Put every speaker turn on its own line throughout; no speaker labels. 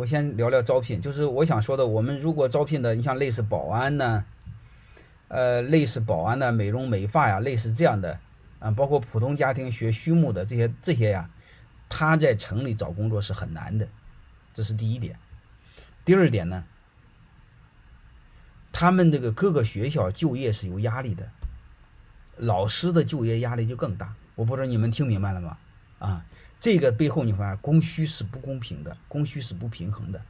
我先聊聊招聘，就是我想说的，我们如果招聘的，你像类似保安呢，美容美发呀，类似这样的，包括普通家庭学畜牧的这些呀，他在城里找工作是很难的，这是第一点。第二点呢，他们这个各个学校就业是有压力的，老师的就业压力就更大。我不知道你们听明白了吗？这个背后你发现供需是不公平的，供需是不平衡的。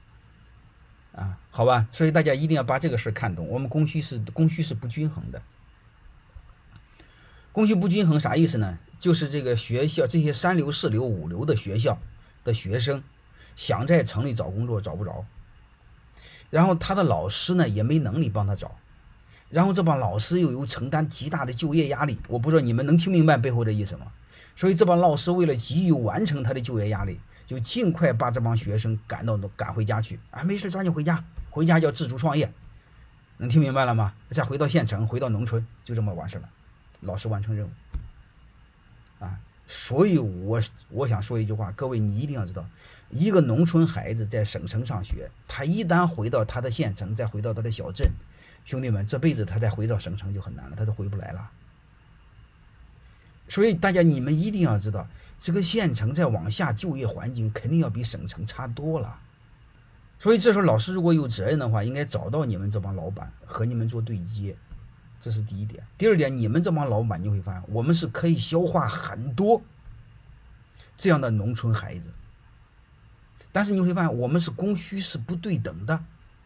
好吧，所以大家一定要把这个事看懂。我们供需是不均衡的。供需不均衡啥意思呢？就是这个学校这些三流、四流、五流的学校的学生，想在城里找工作找不着，然后他的老师呢也没能力帮他找，然后这帮老师又有承担极大的就业压力。我不知道你们能听明白背后的意思吗？所以这帮老师为了急于完成他的就业压力，就尽快把这帮学生赶回家去。没事抓紧回家，回家叫自主创业。能听明白了吗？再回到县城，回到农村，就这么完事了。老师完成任务。所以我想说一句话，各位你一定要知道，一个农村孩子在省城上学，他一旦回到他的县城，再回到他的小镇，兄弟们，这辈子他再回到省城就很难了，他都回不来了。所以大家你们一定要知道，这个县城再往下就业环境肯定要比省城差多了。所以这时候老师如果有责任的话，应该找到你们这帮老板和你们做对接，这是第一点。第二点，你们这帮老板你会发现，我们是可以消化很多这样的农村孩子，但是你会发现我们是供需是不对等的，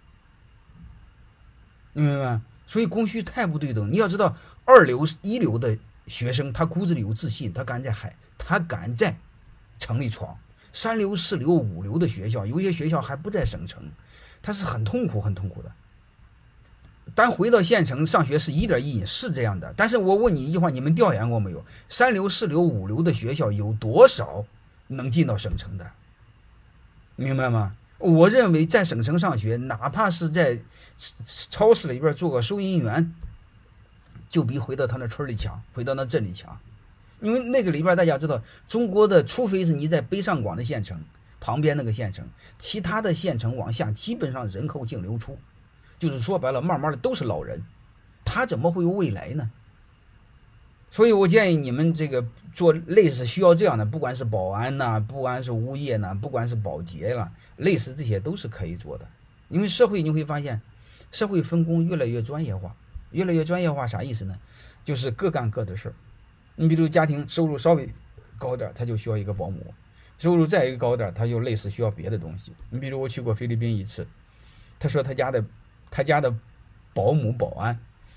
你明白吗？所以供需太不对等。你要知道，二流一流的学生他骨子里有自信，他敢在城里闯。三流四流五流的学校，有些学校还不在省城，他是很痛苦的。但回到县城上学是一点意义，是这样的。但是我问你一句话，你们调研过没有？三流四流五流的学校有多少能进到省城的？明白吗？我认为在省城上学，哪怕是在超市里边做个收银员，就比回到他那村里强，回到那镇里强。因为那个里边大家知道，中国的除非是你在北上广的县城旁边那个县城，其他的县城往下基本上人口净流出，就是说白了，慢慢的都是老人，他怎么会有未来呢？所以我建议你们这个做类似需要这样的，不管是保安呐，不管是物业呐，不管是保洁啦，类似这些都是可以做的。因为社会你会发现，社会分工越来越专业化，啥意思呢？就是各干各的事儿。你比如家庭收入稍微高点，他就需要一个保姆；收入再一个高点，他就类似需要别的东西。你比如我去过菲律宾一次，他说他家的保姆保安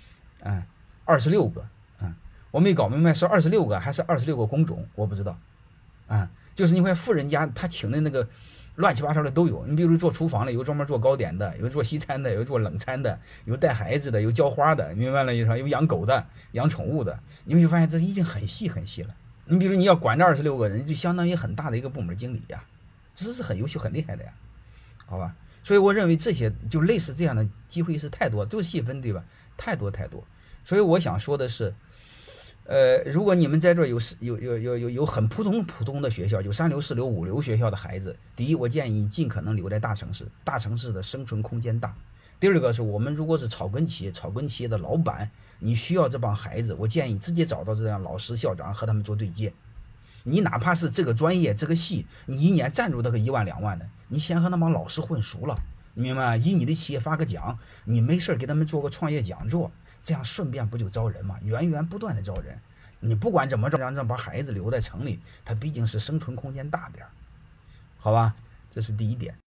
，26个，我没搞明白是26个还是26个工种，我不知道，就是你看富人家他请的那个乱七八糟的都有。你比如做厨房的，有专门做糕点的，有做西餐的，有做冷餐的，有带孩子的，有浇花的，明白了意思？有养狗的，养宠物的。你会发现这已经很细了。你比如你要管这26个人，就相当于很大的一个部门经理呀，这是很优秀很厉害的呀，好吧？所以我认为这些就类似这样的机会是太多，都是细分，对吧？太多。所以我想说的是，如果你们在这儿有很普通的学校，有三流四流五流学校的孩子，第一，我建议你尽可能留在大城市的生存空间大。第二个是我们如果是草根企业的老板，你需要这帮孩子，我建议直接找到这样老师校长和他们做对接。你哪怕是这个专业这个系，你一年赞助他个1万2万的，你先和那帮老师混熟了，你明白吗？以你的企业发个奖，你没事给他们做个创业讲座，这样顺便不就招人吗？源源不断的招人。你不管怎么着，让把孩子留在城里，他毕竟是生存空间大点，好吧？这是第一点。